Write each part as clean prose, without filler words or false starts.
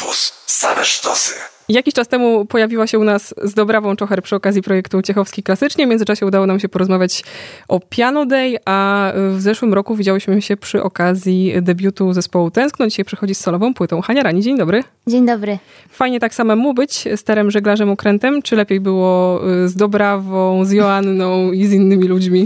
Campus. Same sztosy. Jakiś czas temu pojawiła się u nas z Dobrawą Czocher przy okazji projektu Ciechowski Klasycznie. W międzyczasie udało nam się porozmawiać o Piano Day, a w zeszłym roku widziałyśmy się przy okazji debiutu zespołu Tęskno. Dzisiaj przychodzi z solową płytą. Hania Rani, dzień dobry. Dzień dobry. Fajnie tak samemu być sterem, żeglarzem, okrętem, czy lepiej było z Dobrawą, z Joanną i z innymi ludźmi?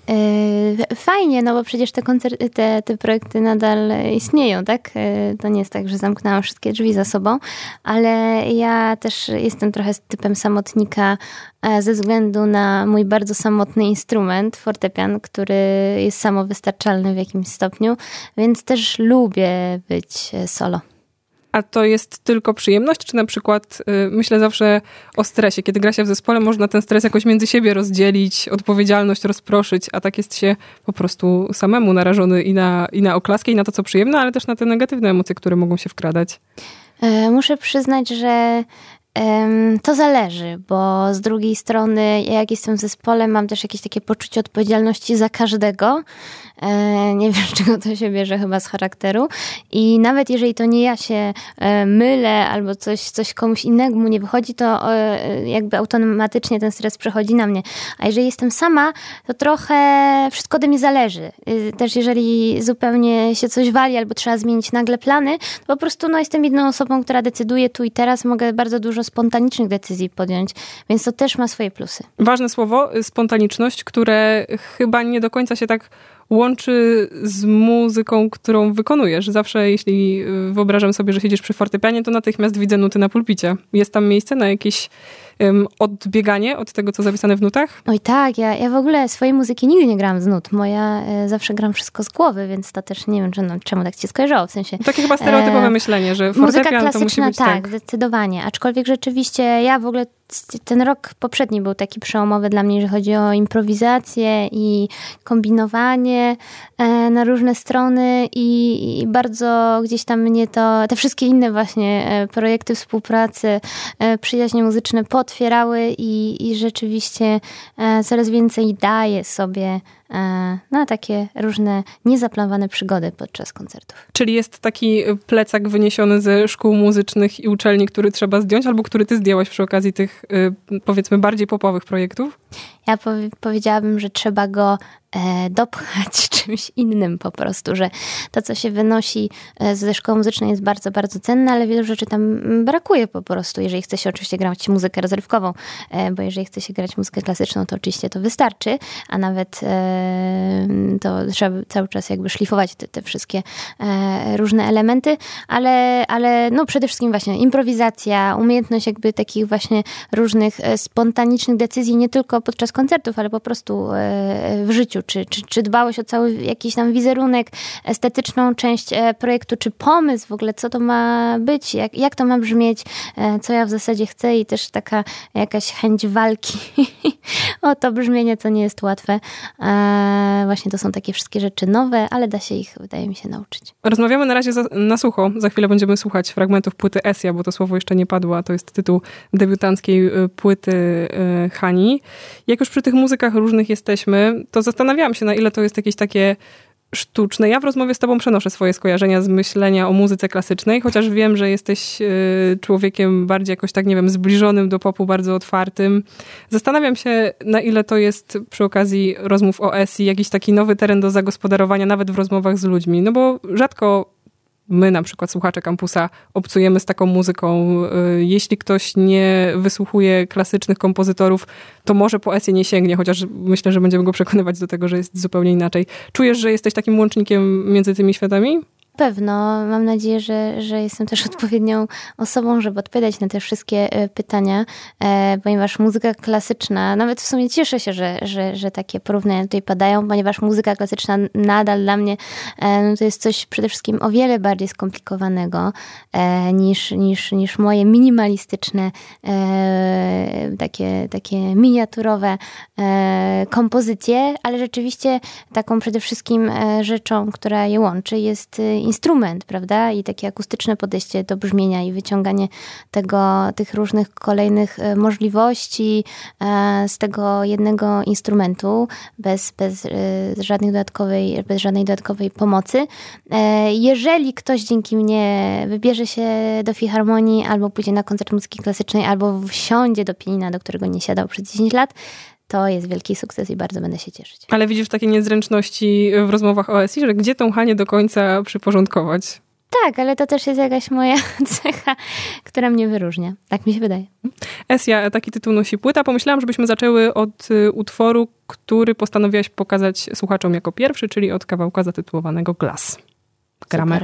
Fajnie, no bo przecież te projekty nadal istnieją, tak? To nie jest tak, że zamknęłam wszystkie drzwi za sobą, ale ja też jestem trochę typem samotnika ze względu na mój bardzo samotny instrument, fortepian, który jest samowystarczalny w jakimś stopniu, więc też lubię być solo. A to jest tylko przyjemność, czy na przykład myślę zawsze o stresie. Kiedy gra się w zespole, można ten stres jakoś między siebie rozdzielić, odpowiedzialność rozproszyć, a tak jest się po prostu samemu narażony i na oklaskę, i na to, co przyjemne, ale też na te negatywne emocje, które mogą się wkradać. Muszę przyznać, że to zależy, bo z drugiej strony, jak jestem w zespole, mam też jakieś takie poczucie odpowiedzialności za każdego. Nie wiem, z czego to się bierze, chyba z charakteru. I nawet jeżeli to nie ja się mylę albo coś komuś innemu nie wychodzi, to jakby automatycznie ten stres przechodzi na mnie. A jeżeli jestem sama, to trochę wszystko ode mnie zależy. Też jeżeli zupełnie się coś wali albo trzeba zmienić nagle plany, to po prostu jestem jedną osobą, która decyduje tu i teraz. Mogę bardzo dużo spontanicznych decyzji podjąć, więc to też ma swoje plusy. Ważne słowo, spontaniczność, które chyba nie do końca się tak łączy z muzyką, którą wykonujesz. Zawsze jeśli wyobrażam sobie, że siedzisz przy fortepianie, to natychmiast widzę nuty na pulpicie. Jest tam miejsce na jakieś odbieganie od tego, co zapisane w nutach? Oj tak, ja w ogóle swojej muzyki nigdy nie gram z nut. Zawsze gram wszystko z głowy, więc to też nie wiem, czemu tak ci się skojarzyło, w sensie... Takie chyba stereotypowe myślenie, że fortepian to musi być tak, zdecydowanie. Aczkolwiek rzeczywiście ja w ogóle ten rok poprzedni był taki przełomowy dla mnie, jeżeli chodzi o improwizację i kombinowanie na różne strony i bardzo gdzieś tam mnie te wszystkie inne właśnie projekty współpracy, przyjaźnie muzyczne potwierały i rzeczywiście coraz więcej daję sobie na takie różne niezaplanowane przygody podczas koncertów. Czyli jest taki plecak wyniesiony ze szkół muzycznych i uczelni, który trzeba zdjąć, albo który ty zdjęłaś przy okazji tych, powiedzmy, bardziej popowych projektów? Ja powiedziałabym, że trzeba go dopchać czymś innym po prostu, że to, co się wynosi ze szkoły muzycznej jest bardzo, bardzo cenne, ale wielu rzeczy tam brakuje po prostu, jeżeli chce się oczywiście grać muzykę rozrywkową, bo jeżeli chce się grać muzykę klasyczną, to oczywiście to wystarczy, a nawet to trzeba cały czas jakby szlifować te wszystkie różne elementy, ale przede wszystkim właśnie improwizacja, umiejętność jakby takich właśnie różnych spontanicznych decyzji, nie tylko podczas koncertów, ale po prostu w życiu. Czy dbałość o cały jakiś tam wizerunek, estetyczną część projektu, czy pomysł w ogóle, co to ma być, jak to ma brzmieć, co ja w zasadzie chcę i też taka jakaś chęć walki o to brzmienie, co nie jest łatwe. Właśnie to są takie wszystkie rzeczy nowe, ale da się ich, wydaje mi się, nauczyć. Rozmawiamy na razie na sucho. Za chwilę będziemy słuchać fragmentów płyty Esja, bo to słowo jeszcze nie padło, a to jest tytuł debiutanckiej płyty Hani. Jak już przy tych muzykach różnych jesteśmy, to zastanawiałam się, na ile to jest jakieś takie sztuczne. Ja w rozmowie z tobą przenoszę swoje skojarzenia z myślenia o muzyce klasycznej, chociaż wiem, że jesteś człowiekiem bardziej jakoś tak, nie wiem, zbliżonym do popu, bardzo otwartym. Zastanawiam się, na ile to jest przy okazji rozmów o Esji jakiś taki nowy teren do zagospodarowania, nawet w rozmowach z ludźmi. No bo rzadko my, na przykład słuchacze Kampusa, obcujemy z taką muzyką. Jeśli ktoś nie wysłuchuje klasycznych kompozytorów, to może po Esję nie sięgnie, chociaż myślę, że będziemy go przekonywać do tego, że jest zupełnie inaczej. Czujesz, że jesteś takim łącznikiem między tymi światami? Pewno. Mam nadzieję, że jestem też odpowiednią osobą, żeby odpowiadać na te wszystkie pytania, ponieważ muzyka klasyczna, nawet w sumie cieszę się, że takie porównania tutaj padają, ponieważ muzyka klasyczna nadal dla mnie to jest coś przede wszystkim o wiele bardziej skomplikowanego niż moje minimalistyczne, takie miniaturowe kompozycje, ale rzeczywiście taką przede wszystkim rzeczą, która je łączy, jest instrument, prawda? I takie akustyczne podejście do brzmienia i wyciąganie tych różnych kolejnych możliwości z tego jednego instrumentu bez żadnej dodatkowej pomocy. Jeżeli ktoś dzięki mnie wybierze się do filharmonii, albo pójdzie na koncert muzyki klasycznej, albo wsiądzie do pianina, do którego nie siadał przez 10 lat, to jest wielki sukces i bardzo będę się cieszyć. Ale widzisz takie niezręczności w rozmowach o ESI, że gdzie tą Hanię do końca przyporządkować? Tak, ale to też jest jakaś moja cecha, która mnie wyróżnia. Tak mi się wydaje. Esia, taki tytuł nosi płyta. Pomyślałam, żebyśmy zaczęły od utworu, który postanowiłaś pokazać słuchaczom jako pierwszy, czyli od kawałka zatytułowanego Glass. Gramy.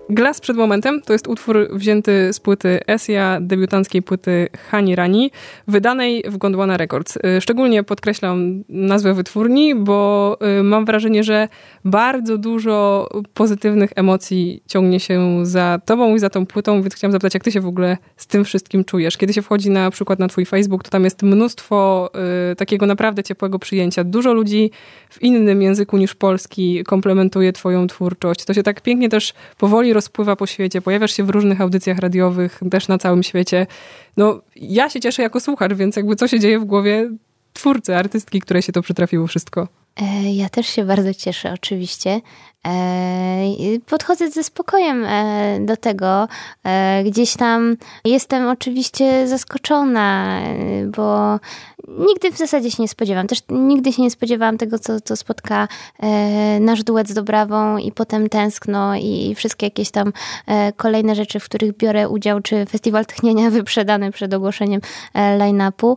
Glas przed momentem to jest utwór wzięty z płyty Esia, debiutanckiej płyty Hani Rani, wydanej w Gondwana Records. Szczególnie podkreślam nazwę wytwórni, bo mam wrażenie, że bardzo dużo pozytywnych emocji ciągnie się za tobą i za tą płytą, więc chciałam zapytać, jak ty się w ogóle z tym wszystkim czujesz? Kiedy się wchodzi na przykład na twój Facebook, to tam jest mnóstwo takiego naprawdę ciepłego przyjęcia. Dużo ludzi w innym języku niż polski komplementuje twoją twórczość. To się tak pięknie też powoli rozpływa po świecie. Pojawiasz się w różnych audycjach radiowych, też na całym świecie. No, ja się cieszę jako słuchacz, więc jakby co się dzieje w głowie twórcy, artystki, której się to przytrafiło wszystko? Ja też się bardzo cieszę, oczywiście. Podchodzę ze spokojem do tego. Gdzieś tam jestem oczywiście zaskoczona, bo nigdy w zasadzie się nie spodziewam. Też nigdy się nie spodziewałam tego, co spotka nasz duet z Dobrawą i potem Tęskno i wszystkie jakieś tam kolejne rzeczy, w których biorę udział, czy Festiwal Tchnienia wyprzedany przed ogłoszeniem line-upu.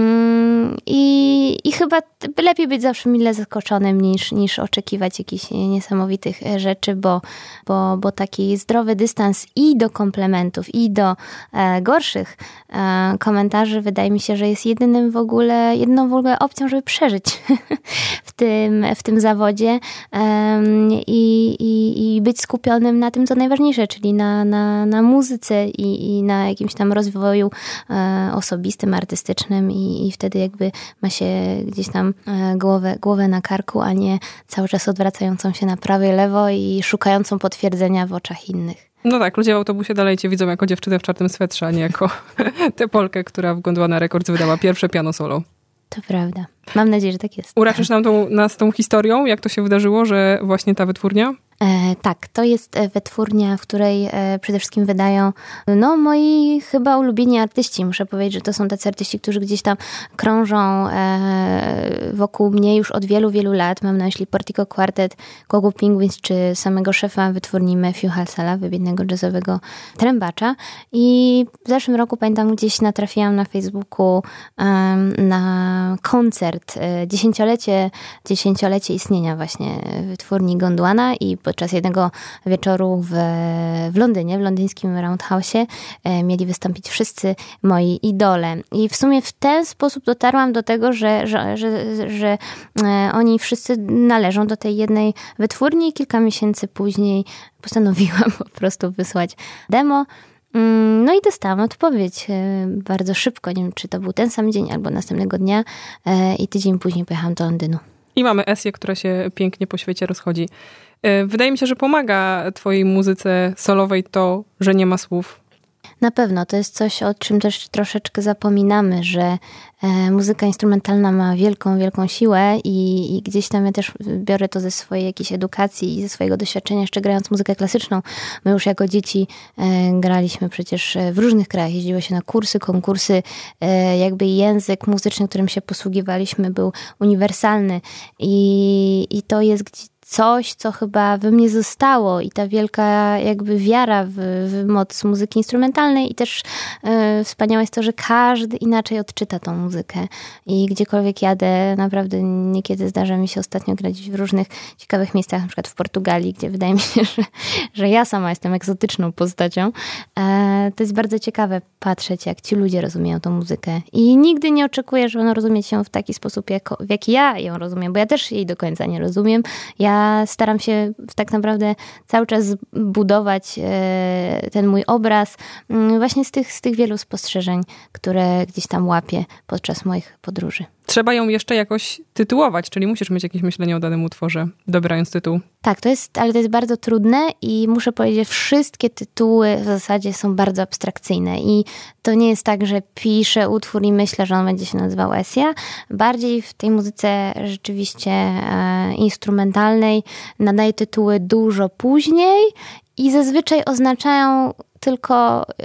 I chyba lepiej być zawsze mile zaskoczonym niż oczekiwać jakichś niesamowitych rzeczy, bo taki zdrowy dystans i do komplementów, i do gorszych komentarzy wydaje mi się, że jest jedyną w ogóle opcją, żeby przeżyć w tym zawodzie i być skupionym na tym, co najważniejsze, czyli na muzyce i na jakimś tam rozwoju osobistym, artystycznym i wtedy jakby ma się gdzieś tam głowę na karku, a nie cały czas odwracającą się na prawo i lewo i szukającą potwierdzenia w oczach innych. No tak, ludzie w autobusie dalej cię widzą jako dziewczynę w czarnym swetrze, a nie jako tę Polkę, która w Gondwana Records wydała pierwsze piano solo. To prawda. Mam nadzieję, że tak jest. Uraczysz nas tą historią, jak to się wydarzyło, że właśnie ta wytwórnia? Tak, to jest wytwórnia, w której przede wszystkim wydają moi chyba ulubieni artyści. Muszę powiedzieć, że to są tacy artyści, którzy gdzieś tam krążą wokół mnie już od wielu, wielu lat. Mam na myśli Portico Quartet, Kogu Penguins, czy samego szefa wytwórni Matthew Halsala, wybitnego jazzowego trębacza. I w zeszłym roku, pamiętam, gdzieś natrafiłam na Facebooku na koncert, dziesięciolecie istnienia właśnie wytwórni Gondwana i podczas jednego wieczoru w Londynie, w londyńskim Roundhouse'ie mieli wystąpić wszyscy moi idole. I w sumie w ten sposób dotarłam do tego, że oni wszyscy należą do tej jednej wytwórni i kilka miesięcy później postanowiłam po prostu wysłać demo. No i dostałam odpowiedź bardzo szybko. Nie wiem, czy to był ten sam dzień albo następnego dnia i tydzień później pojechałam do Londynu. I mamy Esię, która się pięknie po świecie rozchodzi. Wydaje mi się, że pomaga twojej muzyce solowej to, że nie ma słów. Na pewno. To jest coś, o czym też troszeczkę zapominamy, że muzyka instrumentalna ma wielką, wielką siłę i gdzieś tam ja też biorę to ze swojej jakiejś edukacji i ze swojego doświadczenia, jeszcze grając muzykę klasyczną. My już jako dzieci graliśmy przecież w różnych krajach. Jeździło się na kursy, konkursy. Jakby język muzyczny, którym się posługiwaliśmy, był uniwersalny i to jest coś, co chyba we mnie zostało i ta wielka jakby wiara w moc muzyki instrumentalnej i też wspaniałe jest to, że każdy inaczej odczyta tą muzykę i gdziekolwiek jadę, naprawdę niekiedy zdarza mi się ostatnio grać w różnych ciekawych miejscach, na przykład w Portugalii, gdzie wydaje mi się, że ja sama jestem egzotyczną postacią. To jest bardzo ciekawe patrzeć, jak ci ludzie rozumieją tą muzykę i nigdy nie oczekuję, że ona rozumie się w taki sposób, w jaki ja ją rozumiem, bo ja też jej do końca nie rozumiem. Ja staram się tak naprawdę cały czas budować ten mój obraz właśnie z tych wielu spostrzeżeń, które gdzieś tam łapię podczas moich podróży. Trzeba ją jeszcze jakoś tytułować, czyli musisz mieć jakieś myślenie o danym utworze, dobierając tytuł. Tak, ale to jest bardzo trudne i muszę powiedzieć, że wszystkie tytuły w zasadzie są bardzo abstrakcyjne i to nie jest tak, że piszę utwór i myślę, że on będzie się nazywał Esia. Bardziej w tej muzyce rzeczywiście instrumentalnej nadaję tytuły dużo później i zazwyczaj oznaczają tylko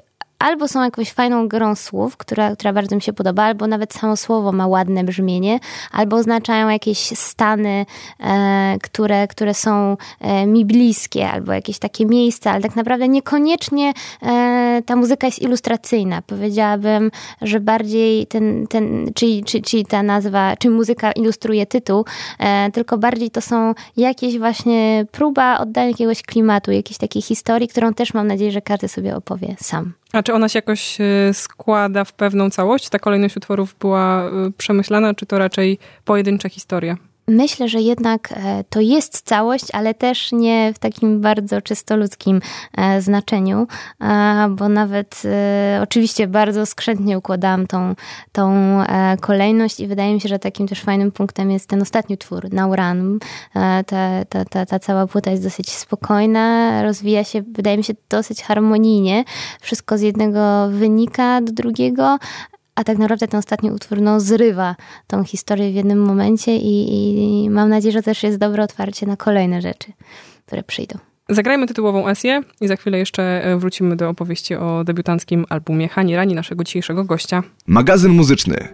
albo są jakąś fajną grą słów, która bardzo mi się podoba, albo nawet samo słowo ma ładne brzmienie, albo oznaczają jakieś stany, które są mi bliskie, albo jakieś takie miejsca, ale tak naprawdę niekoniecznie ta muzyka jest ilustracyjna. Powiedziałabym, że bardziej czyli ta nazwa, czy muzyka ilustruje tytuł, tylko bardziej to są jakieś właśnie próba oddania jakiegoś klimatu, jakiejś takiej historii, którą też mam nadzieję, że każdy sobie opowie sam. A czy ona się jakoś składa w pewną całość? Ta kolejność utworów była przemyślana, czy to raczej pojedyncza historia? Myślę, że jednak to jest całość, ale też nie w takim bardzo czysto ludzkim znaczeniu, bo nawet oczywiście bardzo skrzętnie układałam tą kolejność i wydaje mi się, że takim też fajnym punktem jest ten ostatni utwór, Now Run. Ta cała płyta jest dosyć spokojna, rozwija się, wydaje mi się, dosyć harmonijnie. Wszystko z jednego wynika do drugiego, a tak naprawdę ten ostatni utwór zrywa tą historię w jednym momencie i mam nadzieję, że też jest dobre otwarcie na kolejne rzeczy, które przyjdą. Zagrajmy tytułową Esję i za chwilę jeszcze wrócimy do opowieści o debiutanckim albumie Hani Rani, naszego dzisiejszego gościa. Magazyn muzyczny.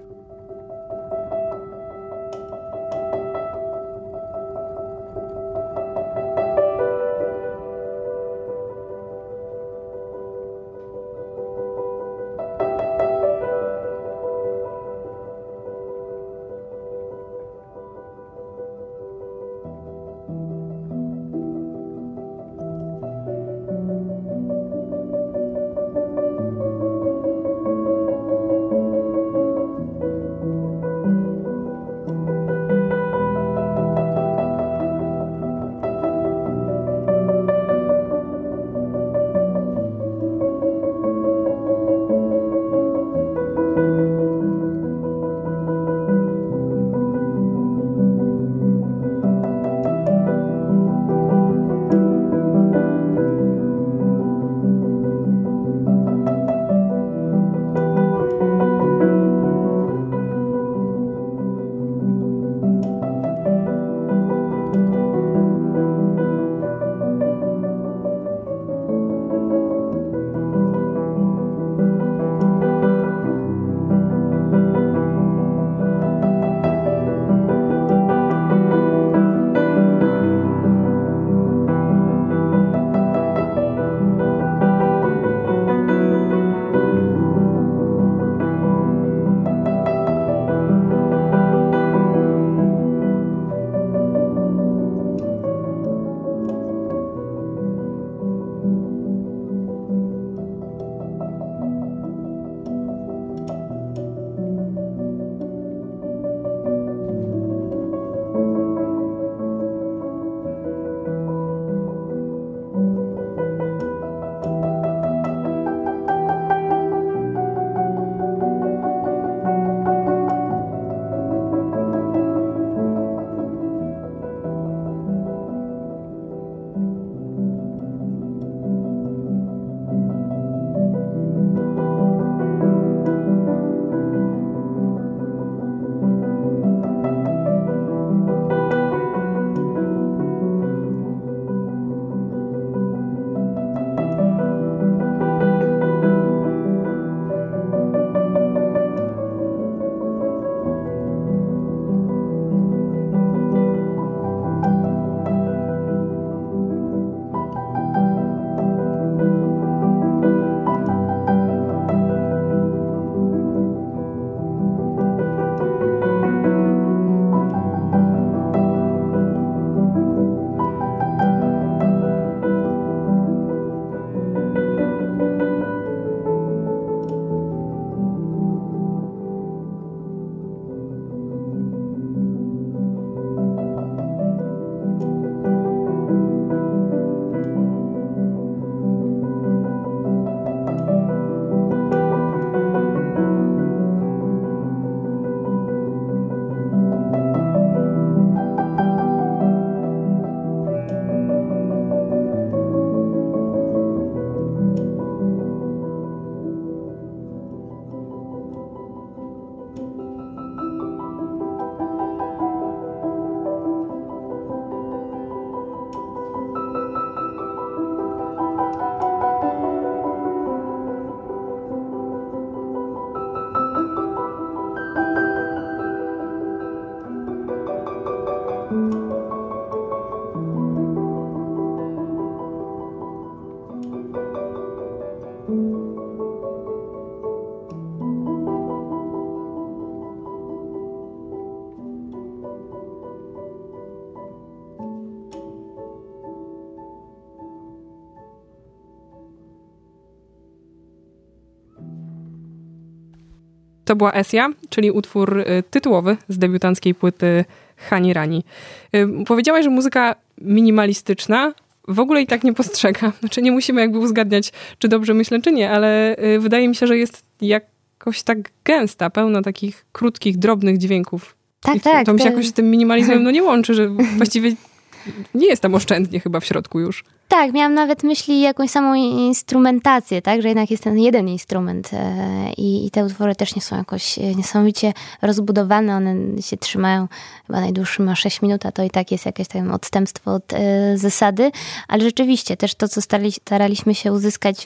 To była Esja, czyli utwór tytułowy z debiutanckiej płyty Hani Rani. Powiedziałaś, że muzyka minimalistyczna w ogóle i tak nie postrzega. Znaczy nie musimy jakby uzgadniać, czy dobrze myślę, czy nie, ale wydaje mi się, że jest jakoś tak gęsta, pełna takich krótkich, drobnych dźwięków. Tak. To mi się jakoś z tym minimalizmem nie łączy, że właściwie nie jest tam oszczędnie chyba w środku już. Tak, miałam nawet myśli jakąś samą instrumentację, tak, że jednak jest ten jeden instrument i te utwory też nie są jakoś niesamowicie rozbudowane, one się trzymają, chyba najdłuższy ma 6 minut, a to i tak jest jakieś tam odstępstwo od zasady, ale rzeczywiście też to, co staraliśmy się uzyskać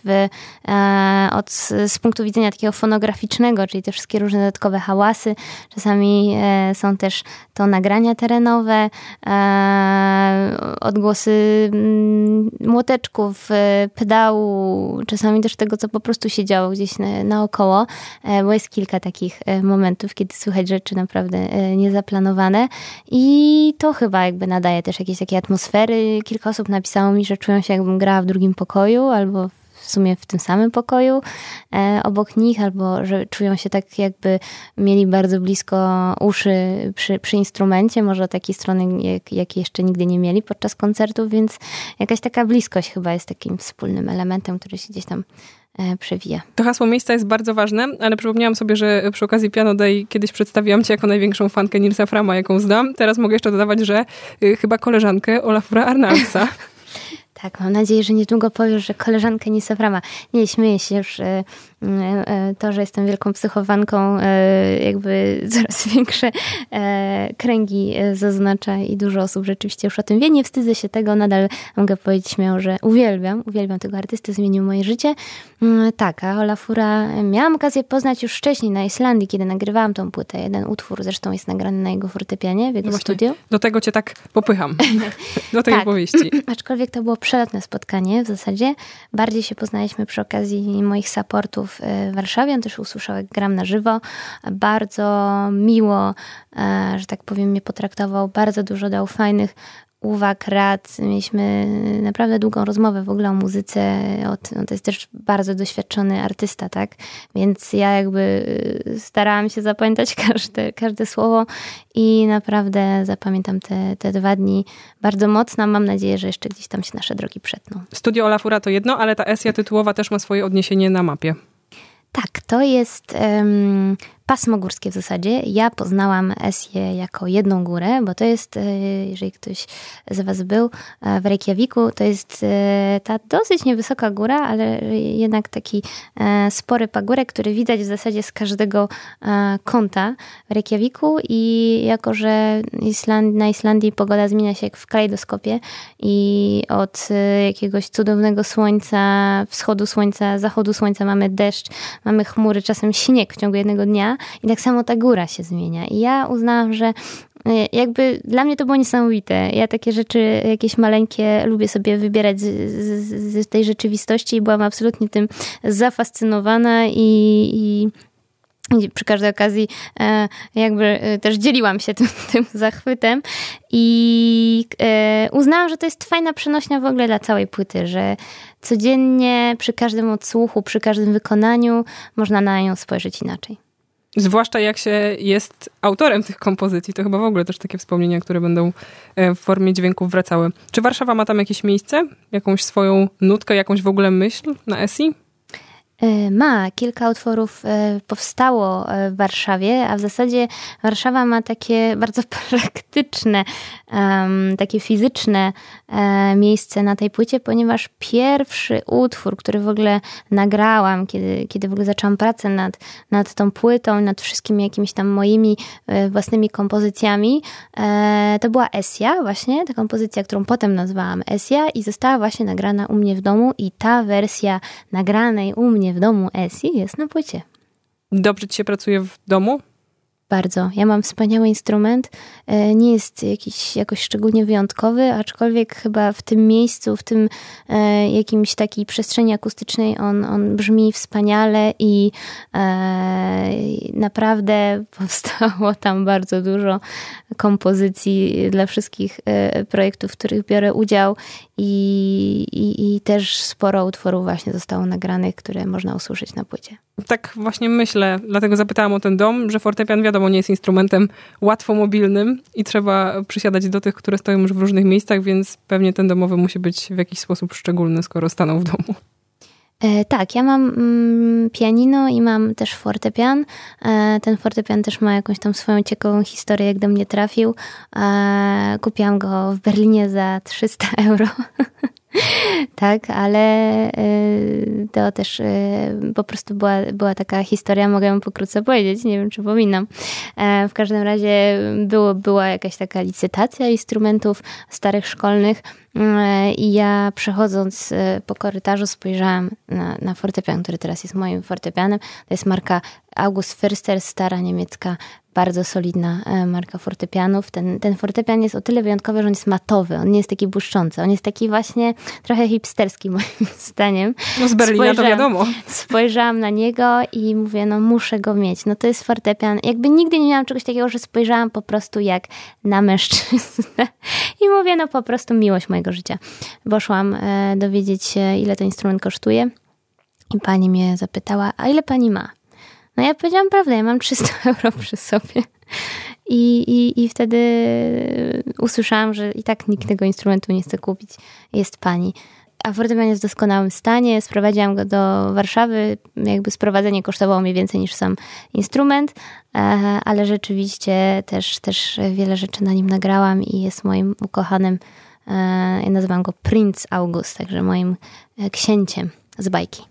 z punktu widzenia takiego fonograficznego, czyli te wszystkie różne dodatkowe hałasy, czasami są też to nagrania terenowe, odgłosy młoteczków, pedału, czasami też tego, co po prostu się działo gdzieś naokoło, bo jest kilka takich momentów, kiedy słychać rzeczy naprawdę niezaplanowane i to chyba jakby nadaje też jakieś takie atmosfery. Kilka osób napisało mi, że czują się, jakbym grała w drugim pokoju albo w sumie w tym samym pokoju obok nich, albo że czują się tak, jakby mieli bardzo blisko uszy przy instrumencie, może takiej strony, jakiej jeszcze nigdy nie mieli podczas koncertów, więc jakaś taka bliskość chyba jest takim wspólnym elementem, który się gdzieś tam przewija. To hasło miejsca jest bardzo ważne, ale przypomniałam sobie, że przy okazji Piano Day kiedyś przedstawiłam cię jako największą fankę Nilsa Frama, jaką znam. Teraz mogę jeszcze dodawać, że chyba koleżankę Olafura Arnaldsa. Tak, mam nadzieję, że niedługo powiesz, że koleżankę Nilsa Frama. Nie, śmieję się już. To, że jestem wielką psychowanką, jakby coraz większe kręgi zaznacza i dużo osób rzeczywiście już o tym wie. Nie wstydzę się tego, nadal mogę powiedzieć śmiało, że uwielbiam tego artysty, zmienił moje życie. Tak, a Olafura miałam okazję poznać już wcześniej na Islandii, kiedy nagrywałam tą płytę. Jeden utwór zresztą jest nagrany na jego fortepianie w jego studiu. Do tego cię tak popycham, do tej opowieści. Aczkolwiek to było przelotne spotkanie w zasadzie. Bardziej się poznaliśmy przy okazji moich supportów w Warszawie. On też usłyszał, jak gram na żywo. Bardzo miło, że tak powiem, mnie potraktował. Bardzo dużo dał fajnych uwag, rad. Mieliśmy naprawdę długą rozmowę w ogóle o muzyce. To jest też bardzo doświadczony artysta, tak? Więc ja jakby starałam się zapamiętać każde słowo i naprawdę zapamiętam te 2 dni bardzo mocno. Mam nadzieję, że jeszcze gdzieś tam się nasze drogi przetną. Studio Olafura to jedno, ale ta Esja tytułowa też ma swoje odniesienie na mapie. Tak, to jest pasmo górskie w zasadzie. Ja poznałam Esję jako jedną górę, bo to jest, jeżeli ktoś z was był w Reykjaviku, to jest ta dosyć niewysoka góra, ale jednak taki spory pagórek, który widać w zasadzie z każdego kąta w Reykjaviku i jako, że na Islandii pogoda zmienia się jak w kalejdoskopie i od jakiegoś cudownego słońca, wschodu słońca, zachodu słońca mamy deszcz, mamy chmury, czasem śnieg w ciągu jednego dnia i tak samo ta góra się zmienia. I ja uznałam, że jakby dla mnie to było niesamowite. Ja takie rzeczy jakieś maleńkie lubię sobie wybierać z tej rzeczywistości i byłam absolutnie tym zafascynowana i przy każdej okazji jakby też dzieliłam się tym zachwytem i uznałam, że to jest fajna przenośnia w ogóle dla całej płyty, że codziennie przy każdym odsłuchu, przy każdym wykonaniu można na nią spojrzeć inaczej. Zwłaszcza jak się jest autorem tych kompozycji. To chyba w ogóle też takie wspomnienia, które będą w formie dźwięków wracały. Czy Warszawa ma tam jakieś miejsce? Jakąś swoją nutkę, jakąś w ogóle myśl na Esji? Ma. Kilka utworów powstało w Warszawie, a w zasadzie Warszawa ma takie bardzo praktyczne, takie fizyczne miejsce na tej płycie, ponieważ pierwszy utwór, który w ogóle nagrałam, kiedy w ogóle zaczęłam pracę nad tą płytą, nad wszystkimi jakimiś tam moimi własnymi kompozycjami, to była Esja właśnie, ta kompozycja, którą potem nazwałam Esja i została właśnie nagrana u mnie w domu i ta wersja nagranej u mnie w domu Esji jest na płycie. Dobrze ci się pracuje w domu? Bardzo. Ja mam wspaniały instrument. Nie jest jakoś szczególnie wyjątkowy, aczkolwiek chyba w tym miejscu, w tym jakimś takiej przestrzeni akustycznej on brzmi wspaniale i naprawdę powstało tam bardzo dużo kompozycji dla wszystkich projektów, w których biorę udział i też sporo utworów właśnie zostało nagranych, które można usłyszeć na płycie. Tak właśnie myślę, dlatego zapytałam o ten dom, że fortepian wiadomo nie jest instrumentem łatwo mobilnym i trzeba przysiadać do tych, które stoją już w różnych miejscach, więc pewnie ten domowy musi być w jakiś sposób szczególny, skoro stanął w domu. Tak, ja mam pianino i mam też fortepian. Ten fortepian też ma jakąś tam swoją ciekawą historię, jak do mnie trafił. Kupiłam go w Berlinie za 300 euro. Tak, ale to też po prostu była taka historia, mogę ją pokrótce powiedzieć, nie wiem, czy powinnam. W każdym razie była jakaś taka licytacja instrumentów starych szkolnych i ja przechodząc po korytarzu spojrzałam na fortepian, który teraz jest moim fortepianem. To jest marka August Förster, stara niemiecka, bardzo solidna marka fortepianów. Ten fortepian jest o tyle wyjątkowy, że on jest matowy, on nie jest taki błyszczący, on jest taki właśnie trochę hipsterski moim zdaniem. No z Berlina to wiadomo. Spojrzałam na niego i mówię, no muszę go mieć. No to jest fortepian. Jakby nigdy nie miałam czegoś takiego, że spojrzałam po prostu jak na mężczyznę. I mówię, no po prostu miłość mojego życia. Poszłam dowiedzieć się, ile ten instrument kosztuje i pani mnie zapytała, a ile pani ma? No ja powiedziałam prawdę, ja mam 300 euro przy sobie. I wtedy usłyszałam, że i tak nikt tego instrumentu nie chce kupić. Jest pani. A fortepian jest w doskonałym stanie. Sprowadziłam go do Warszawy. Jakby sprowadzenie kosztowało mnie więcej niż sam instrument, ale rzeczywiście też wiele rzeczy na nim nagrałam i jest moim ukochanym, ja nazywam go Prinz August, także moim księciem z bajki.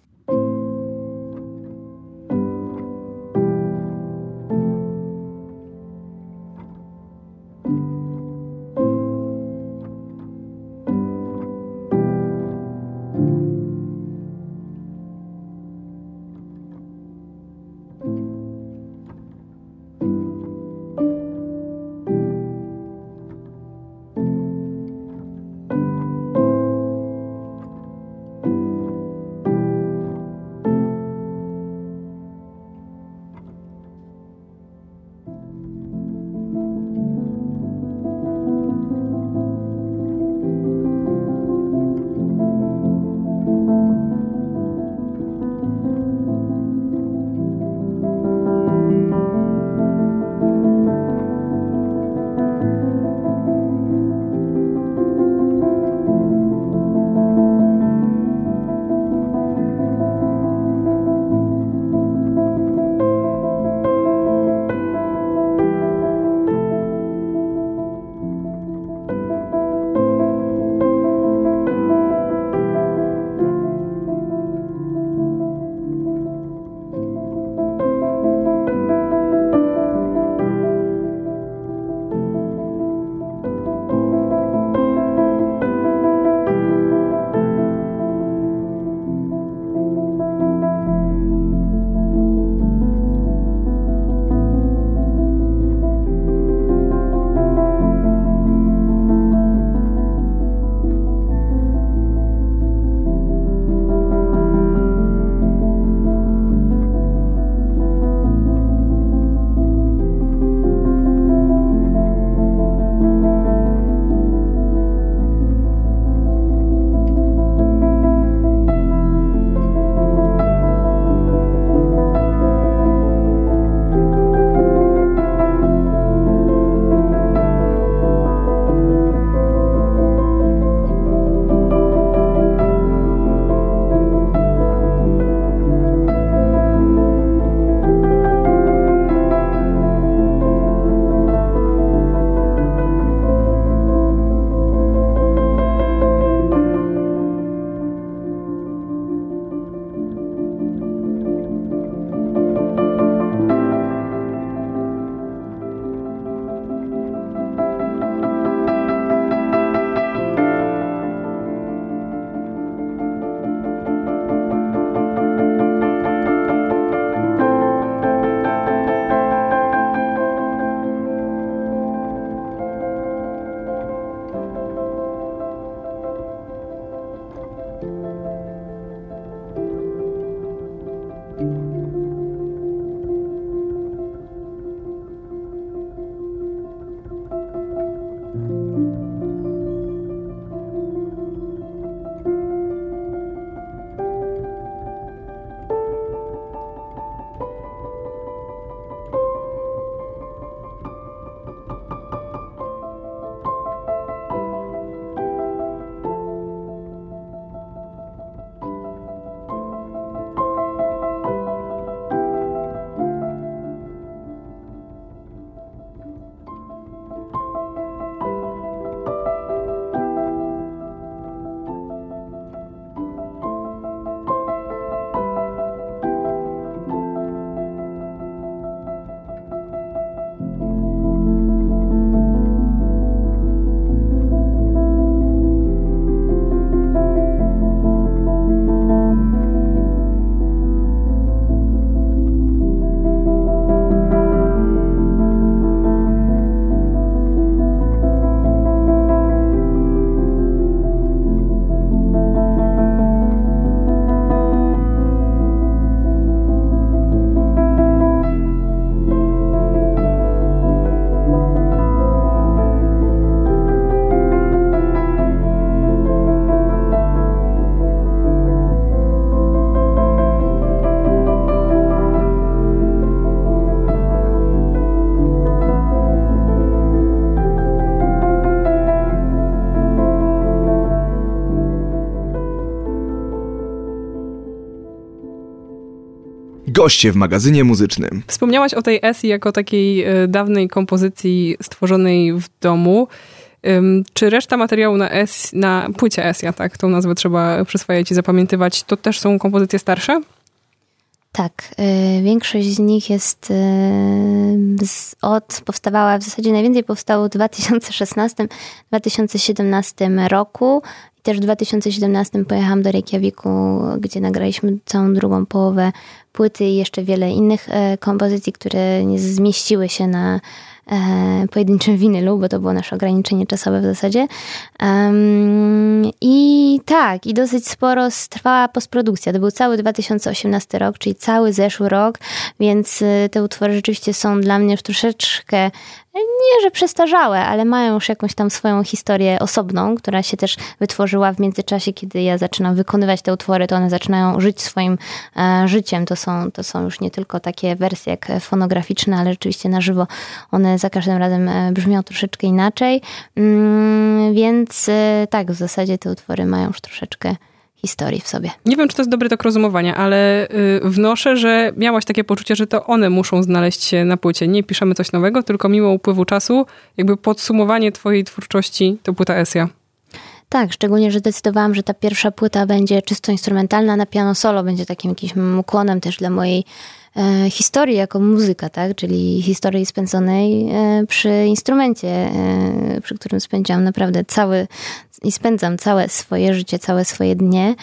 Goście w magazynie muzycznym. Wspomniałaś o tej Esji jako takiej dawnej kompozycji stworzonej w domu. Czy reszta materiału na płycie Esja, tak, tą nazwę trzeba przyswajać i zapamiętywać, to też są kompozycje starsze? Tak, większość z nich jest powstawała, w zasadzie najwięcej powstało w 2016-2017 roku. I też w 2017 pojechałam do Reykjaviku, gdzie nagraliśmy całą drugą połowę płyty i jeszcze wiele innych kompozycji, które nie zmieściły się na pojedynczym winylu, bo to było nasze ograniczenie czasowe w zasadzie. I tak, i dosyć sporo trwała postprodukcja. To był cały 2018 rok, czyli cały zeszły rok, więc te utwory rzeczywiście są dla mnie już troszeczkę, nie że przestarzałe, ale mają już jakąś tam swoją historię osobną, która się też wytworzyła w międzyczasie, kiedy ja zaczynam wykonywać te utwory, to one zaczynają żyć swoim życiem. To są już nie tylko takie wersje jak fonograficzne, ale rzeczywiście na żywo one za każdym razem brzmią troszeczkę inaczej. Więc tak, w zasadzie te utwory mają już troszeczkę historii w sobie. Nie wiem, czy to jest dobry tok rozumowania, ale wnoszę, że miałaś takie poczucie, że to one muszą znaleźć się na płycie. Nie piszemy coś nowego, tylko mimo upływu czasu, jakby podsumowanie twojej twórczości to płyta Esja. Tak, szczególnie, że zdecydowałam, że ta pierwsza płyta będzie czysto instrumentalna, na piano solo będzie takim jakimś ukłonem też dla mojej historii jako muzyka, tak? Czyli historii spędzonej przy instrumencie, przy którym spędziłam naprawdę spędzam całe swoje życie, całe swoje dnie.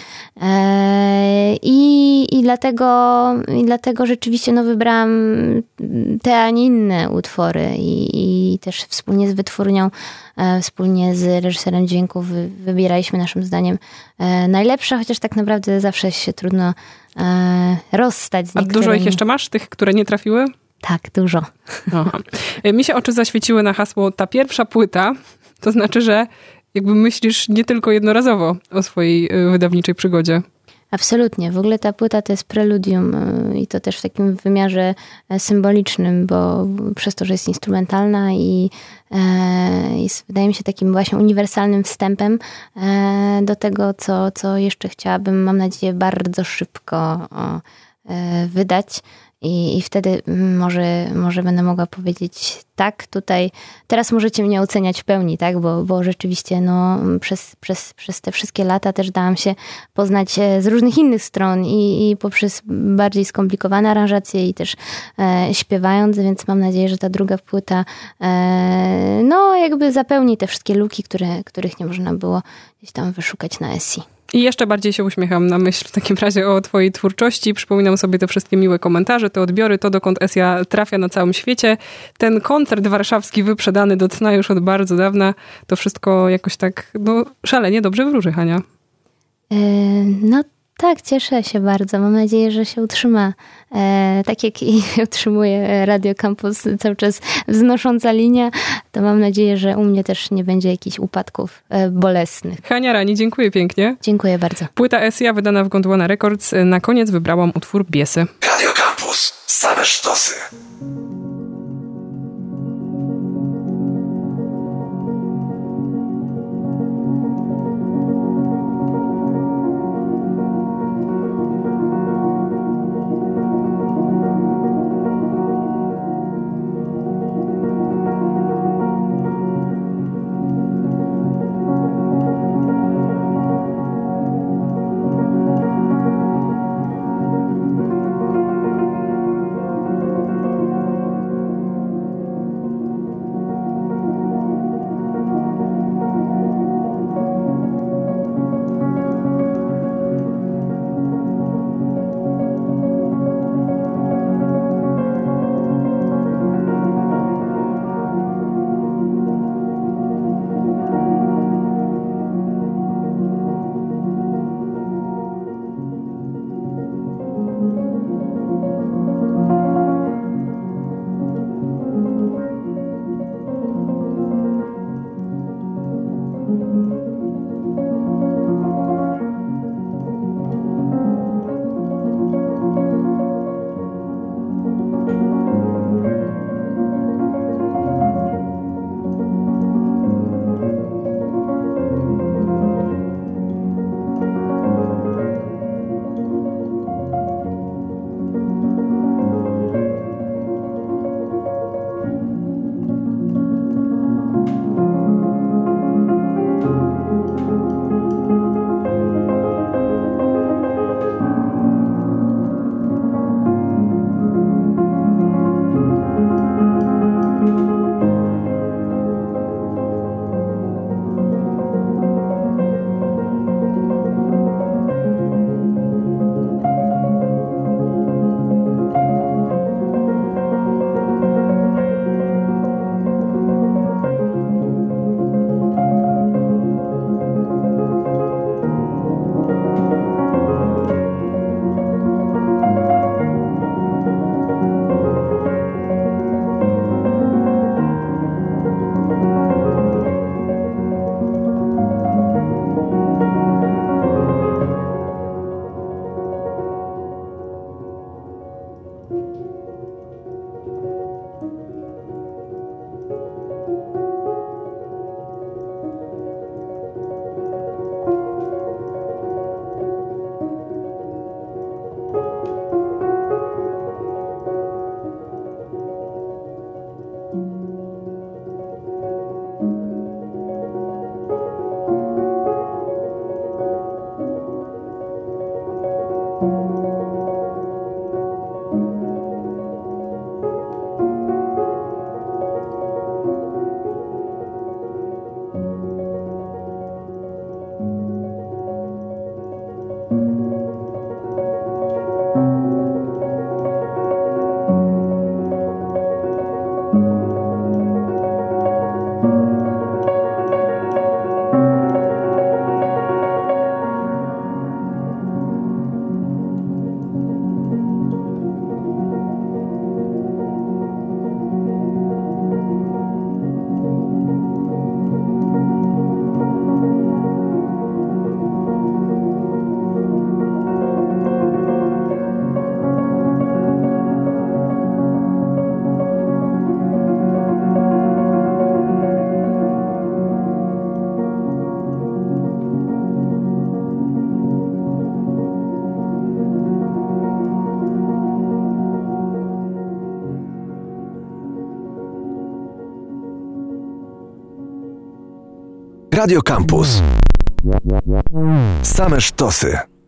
I dlatego rzeczywiście wybrałam te, a nie inne utwory i też wspólnie z wytwórnią, wspólnie z reżyserem dźwięku wybieraliśmy naszym zdaniem najlepsze, chociaż tak naprawdę zawsze się trudno rozstać z niektórymi. A dużo ich jeszcze masz, tych, które nie trafiły? Tak, dużo. Aha. Mi się oczy zaświeciły na hasło ta pierwsza płyta, to znaczy, że jakby myślisz nie tylko jednorazowo o swojej wydawniczej przygodzie. Absolutnie. W ogóle ta płyta to jest preludium i to też w takim wymiarze symbolicznym, bo przez to, że jest instrumentalna i jest, wydaje mi się, takim właśnie uniwersalnym wstępem do tego, co jeszcze chciałabym, mam nadzieję, bardzo szybko wydać. I wtedy może będę mogła powiedzieć tak, tutaj teraz możecie mnie oceniać w pełni, tak, bo rzeczywiście przez te wszystkie lata też dałam się poznać z różnych innych stron i poprzez bardziej skomplikowane aranżacje i też śpiewając, więc mam nadzieję, że ta druga płyta jakby zapełni te wszystkie luki, których nie można było gdzieś tam wyszukać na Esji. I jeszcze bardziej się uśmiecham na myśl w takim razie o twojej twórczości. Przypominam sobie te wszystkie miłe komentarze, te odbiory, to dokąd Esja trafia na całym świecie. Ten koncert warszawski wyprzedany do cna już od bardzo dawna. To wszystko jakoś tak szalenie dobrze wróży, Hania. Tak, cieszę się bardzo. Mam nadzieję, że się utrzyma. Tak jak i utrzymuje Radio Campus cały czas wznosząca linia, to mam nadzieję, że u mnie też nie będzie jakichś upadków bolesnych. Hania Rani, dziękuję pięknie. Dziękuję bardzo. Płyta Esja wydana w Gondwana Records. Na koniec wybrałam utwór Biesy. Radio Campus. Same sztosy. Radio Campus. Same sztosy.